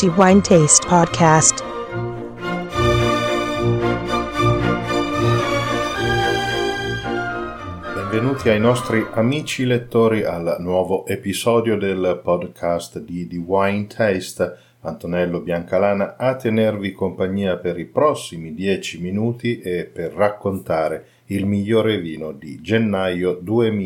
di Wine Taste Podcast. Benvenuti ai nostri amici lettori al nuovo episodio del podcast di The Wine Taste. Antonello Biancalana a tenervi compagnia per i prossimi 10 minuti e per raccontare il migliore vino di gennaio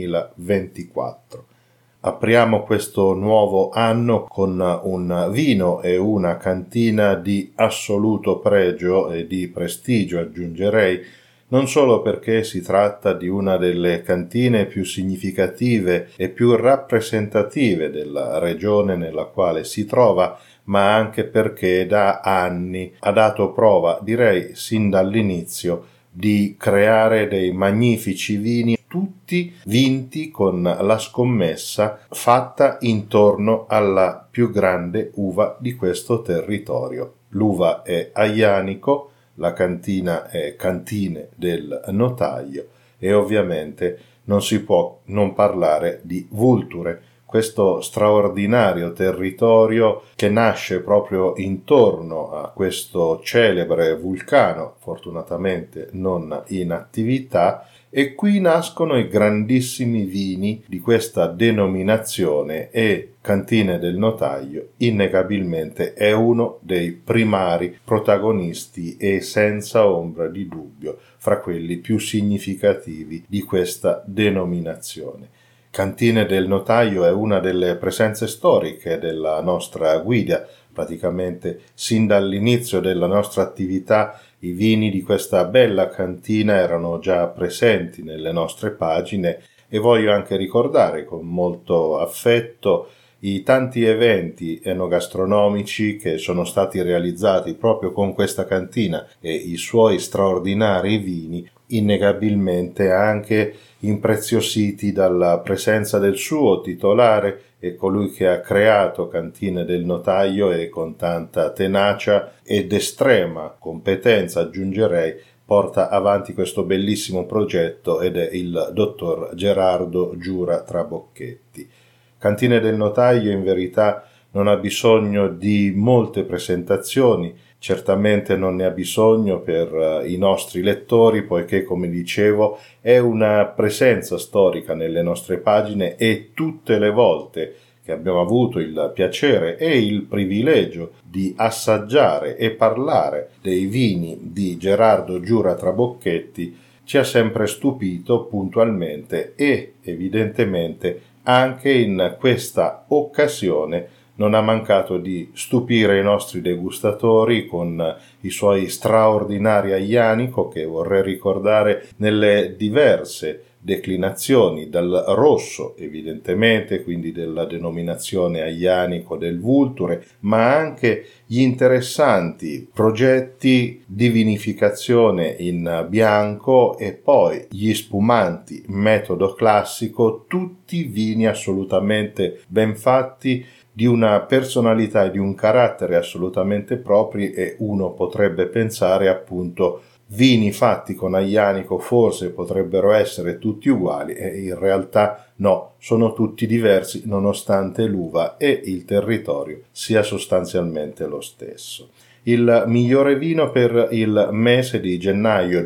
2024. Apriamo questo nuovo anno con un vino e una cantina di assoluto pregio e di prestigio, aggiungerei, non solo perché si tratta di una delle cantine più significative e più rappresentative della regione nella quale si trova, ma anche perché da anni ha dato prova, direi sin dall'inizio, di creare dei magnifici vini, tutti vinti con la scommessa fatta intorno alla più grande uva di questo territorio. L'uva è Aglianico, la cantina è Cantine del Notaio e ovviamente non si può non parlare di Vulture, questo straordinario territorio che nasce proprio intorno a questo celebre vulcano, fortunatamente non in attività, e qui nascono i grandissimi vini di questa denominazione e Cantine del Notaio innegabilmente è uno dei primari protagonisti e senza ombra di dubbio fra quelli più significativi di questa denominazione. Cantine del Notaio è una delle presenze storiche della nostra guida, praticamente sin dall'inizio della nostra attività i vini di questa bella cantina erano già presenti nelle nostre pagine e voglio anche ricordare con molto affetto i tanti eventi enogastronomici che sono stati realizzati proprio con questa cantina e i suoi straordinari vini, innegabilmente anche impreziositi dalla presenza del suo titolare e colui che ha creato Cantine del Notaio e con tanta tenacia ed estrema competenza, aggiungerei, porta avanti questo bellissimo progetto ed è il dottor Gerardo Giura Trabocchetti. Cantine del Notaio in verità non ha bisogno di molte presentazioni, certamente non ne ha bisogno per i nostri lettori, poiché, come dicevo, è una presenza storica nelle nostre pagine e tutte le volte che abbiamo avuto il piacere e il privilegio di assaggiare e parlare dei vini di Gerardo Giura Trabocchetti ci ha sempre stupito puntualmente e evidentemente anche in questa occasione non ha mancato di stupire i nostri degustatori con i suoi straordinari Aglianico che vorrei ricordare nelle diverse declinazioni, dal rosso evidentemente, quindi della denominazione Aglianico del Vulture, ma anche gli interessanti progetti di vinificazione in bianco e poi gli spumanti metodo classico, tutti vini assolutamente ben fatti, di una personalità e di un carattere assolutamente propri e uno potrebbe pensare appunto vini fatti con Aglianico forse potrebbero essere tutti uguali e in realtà no, sono tutti diversi nonostante l'uva e il territorio sia sostanzialmente lo stesso. Il migliore vino per il mese di gennaio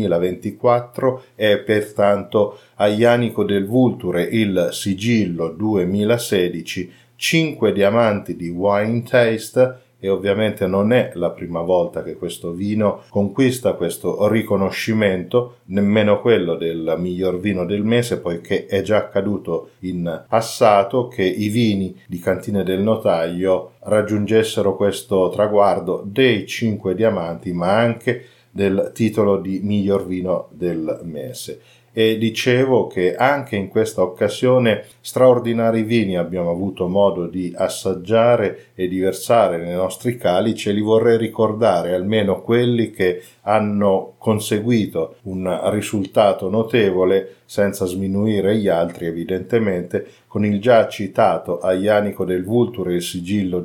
2024 è pertanto Aglianico del Vulture, il sigillo 2016, 5 diamanti di Wine Taste e ovviamente non è la prima volta che questo vino conquista questo riconoscimento, nemmeno quello del miglior vino del mese, poiché è già accaduto in passato che i vini di Cantine del Notaio raggiungessero questo traguardo dei 5 diamanti, ma anche del titolo di miglior vino del mese. E dicevo che anche in questa occasione straordinari vini abbiamo avuto modo di assaggiare e di versare nei nostri calici e li vorrei ricordare, almeno quelli che hanno conseguito un risultato notevole, senza sminuire gli altri evidentemente, con il già citato Aglianico del Vulture, il sigillo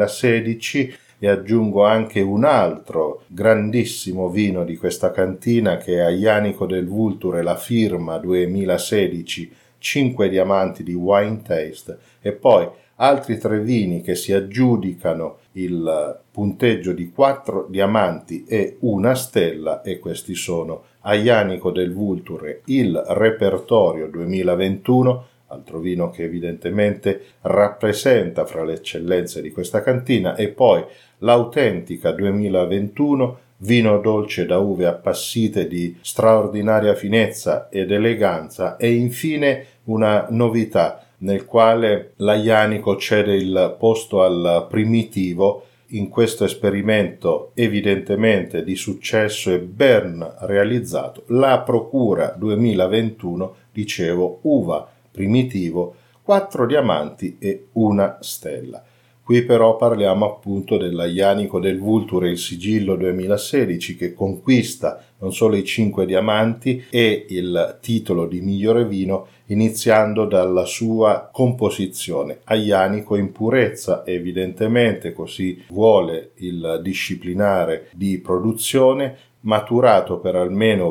2016, e aggiungo anche un altro grandissimo vino di questa cantina che è Aglianico del Vulture, la firma 2016, 5 diamanti di Wine Taste, e poi altri 3 vini che si aggiudicano il punteggio di 4 diamanti e 1 stella, e questi sono Aglianico del Vulture, il Repertorio 2021, altro vino che evidentemente rappresenta fra le eccellenze di questa cantina, e poi l'Autentica 2021, vino dolce da uve appassite di straordinaria finezza ed eleganza, e infine una novità nel quale l'Aglianico cede il posto al Primitivo in questo esperimento evidentemente di successo e ben realizzato, la Procura 2021, dicevo, uva Primitivo, 4 diamanti e 1 stella. Qui però parliamo appunto dell'Aglianico del Vulture, il sigillo 2016, che conquista non solo i 5 diamanti e il titolo di migliore vino, iniziando dalla sua composizione. Aglianico in purezza, evidentemente così vuole il disciplinare di produzione, maturato per almeno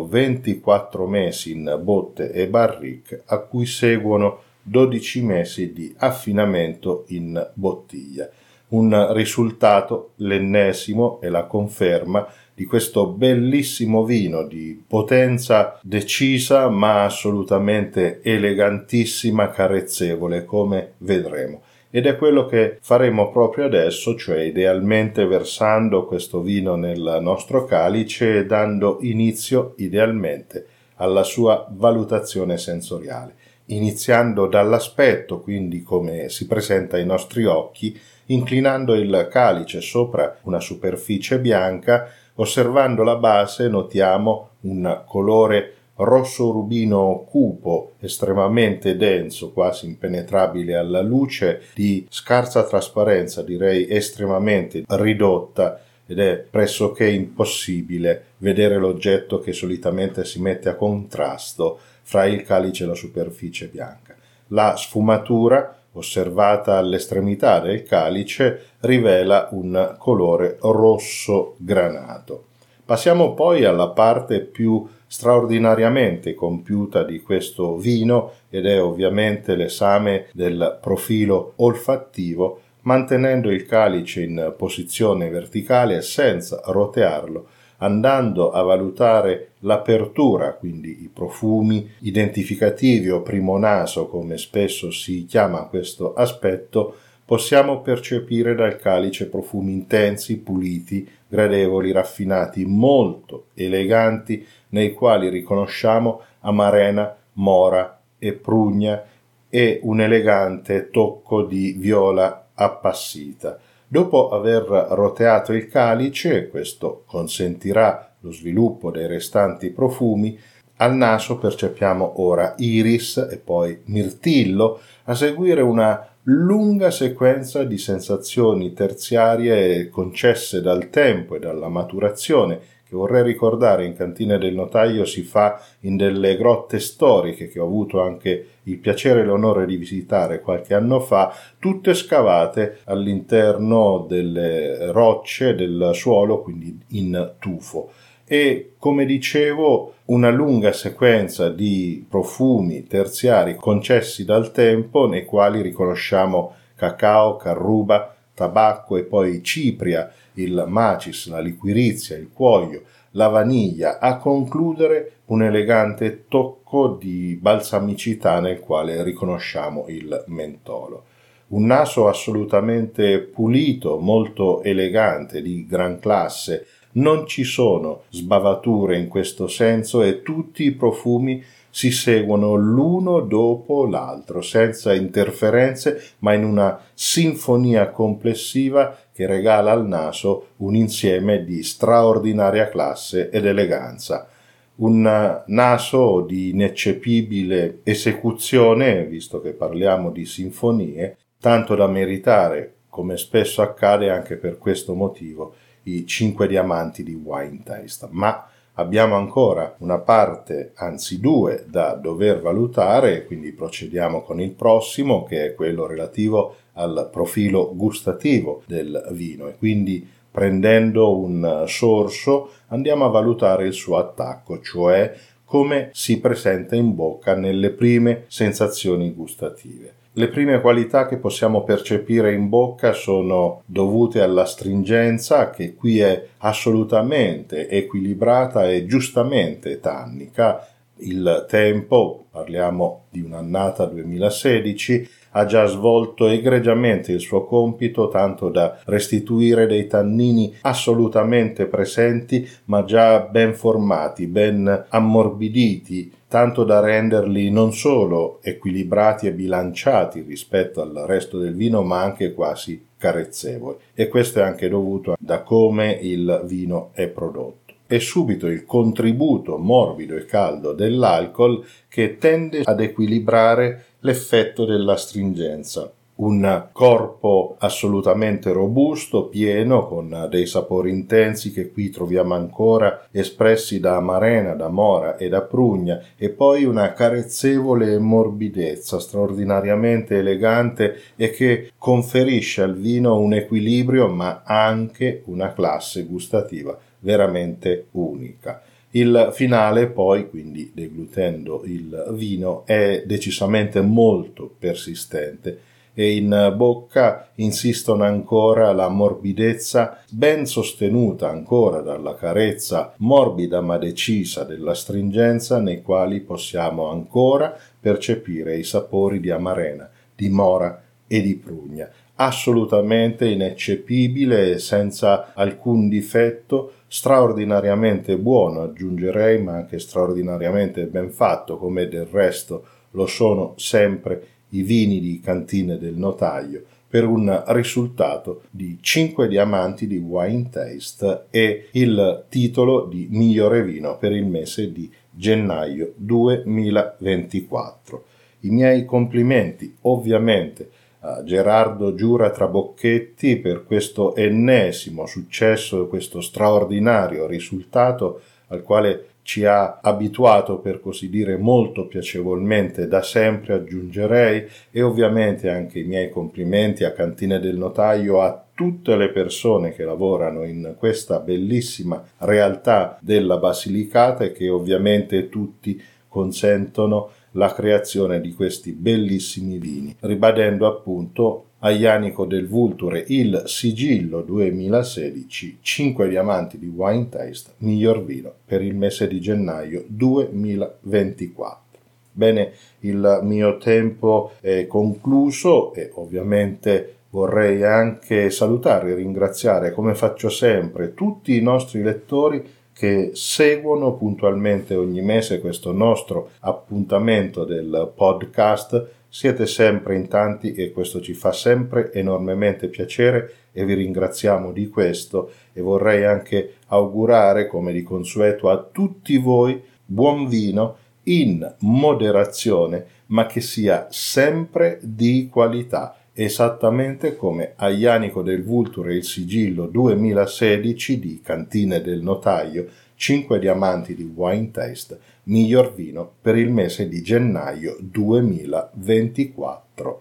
24 mesi in botte e barrique, a cui seguono 12 mesi di affinamento in bottiglia. Un risultato, l'ennesimo, e la conferma di questo bellissimo vino di potenza decisa ma assolutamente elegantissima, carezzevole, come vedremo. Ed è quello che faremo proprio adesso, cioè idealmente versando questo vino nel nostro calice e dando inizio idealmente alla sua valutazione sensoriale, iniziando dall'aspetto, quindi come si presenta ai nostri occhi, inclinando il calice sopra una superficie bianca. Osservando la base notiamo un colore rosso rubino cupo, estremamente denso, quasi impenetrabile alla luce, di scarsa trasparenza, direi estremamente ridotta, ed è pressoché impossibile vedere l'oggetto che solitamente si mette a contrasto fra il calice e la superficie bianca. La sfumatura, osservata all'estremità del calice, rivela un colore rosso granato. Passiamo poi alla parte più straordinariamente compiuta di questo vino, ed è ovviamente l'esame del profilo olfattivo, mantenendo il calice in posizione verticale senza rotearlo, andando a valutare l'apertura, quindi i profumi identificativi o primo naso, come spesso si chiama questo aspetto. Possiamo percepire dal calice profumi intensi, puliti, gradevoli, raffinati, molto eleganti, nei quali riconosciamo amarena, mora e prugna e un elegante tocco di viola appassita. Dopo aver roteato il calice, questo consentirà lo sviluppo dei restanti profumi, al naso percepiamo ora iris e poi mirtillo, a seguire una lunga sequenza di sensazioni terziarie concesse dal tempo e dalla maturazione, che vorrei ricordare in Cantine del Notaio si fa in delle grotte storiche che ho avuto anche il piacere e l'onore di visitare qualche anno fa, tutte scavate all'interno delle rocce del suolo, quindi in tufo. E, come dicevo, una lunga sequenza di profumi terziari concessi dal tempo, nei quali riconosciamo cacao, carruba, tabacco e poi cipria, il macis, la liquirizia, il cuoio, la vaniglia, a concludere un elegante tocco di balsamicità nel quale riconosciamo il mentolo. Un naso assolutamente pulito, molto elegante, di gran classe. Non ci sono sbavature in questo senso e tutti i profumi si seguono l'uno dopo l'altro, senza interferenze, ma in una sinfonia complessiva che regala al naso un insieme di straordinaria classe ed eleganza. Un naso di ineccepibile esecuzione, visto che parliamo di sinfonie, tanto da meritare, come spesso accade anche per questo motivo, i 5 diamanti di Wine Taste. Ma abbiamo ancora una parte, anzi 2, da dover valutare, quindi procediamo con il prossimo, che è quello relativo al profilo gustativo del vino, e quindi prendendo un sorso andiamo a valutare il suo attacco, cioè come si presenta in bocca nelle prime sensazioni gustative. Le prime qualità che possiamo percepire in bocca sono dovute all'astringenza, che qui è assolutamente equilibrata e giustamente tannica. Il tempo, parliamo di un'annata 2016, ha già svolto egregiamente il suo compito, tanto da restituire dei tannini assolutamente presenti, ma già ben formati, ben ammorbiditi, tanto da renderli non solo equilibrati e bilanciati rispetto al resto del vino, ma anche quasi carezzevoli. E questo è anche dovuto da come il vino è prodotto. E subito il contributo morbido e caldo dell'alcol che tende ad equilibrare l'effetto dell'astringenza. Un corpo assolutamente robusto, pieno, con dei sapori intensi che qui troviamo ancora espressi da amarena, da mora e da prugna, e poi una carezzevole morbidezza straordinariamente elegante e che conferisce al vino un equilibrio ma anche una classe gustativa veramente unica. Il finale poi, quindi deglutendo il vino, è decisamente molto persistente e in bocca insistono ancora la morbidezza ben sostenuta ancora dalla carezza morbida ma decisa dell'astringenza, nei quali possiamo ancora percepire i sapori di amarena, di mora e di prugna. Assolutamente ineccepibile e senza alcun difetto, straordinariamente buono aggiungerei, ma anche straordinariamente ben fatto, come del resto lo sono sempre i vini di Cantine del Notaio, per un risultato di 5 diamanti di Wine Taste e il titolo di migliore vino per il mese di gennaio 2024. I miei complimenti ovviamente a Gerardo Giura Trabocchetti per questo ennesimo successo e questo straordinario risultato al quale ci ha abituato, per così dire, molto piacevolmente da sempre, aggiungerei, e ovviamente anche i miei complimenti a Cantine del Notaio, a tutte le persone che lavorano in questa bellissima realtà della Basilicata e che ovviamente tutti consentono la creazione di questi bellissimi vini, ribadendo appunto a Ianico del Vulture il sigillo 2016, 5 diamanti di Wine Taste, miglior vino per il mese di gennaio 2024. Bene, il mio tempo è concluso e ovviamente vorrei anche salutare e ringraziare, come faccio sempre, tutti i nostri lettori che seguono puntualmente ogni mese questo nostro appuntamento del podcast. Siete sempre in tanti e questo ci fa sempre enormemente piacere e vi ringraziamo di questo, e vorrei anche augurare, come di consueto, a tutti voi buon vino in moderazione, ma che sia sempre di qualità, esattamente come a Ianico del Vulture il sigillo 2016 di Cantine del Notaio, 5 diamanti di Wine Taste, miglior vino per il mese di gennaio 2024.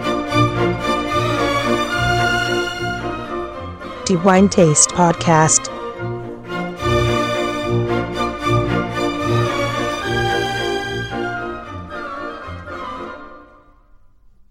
The Wine Taste Podcast.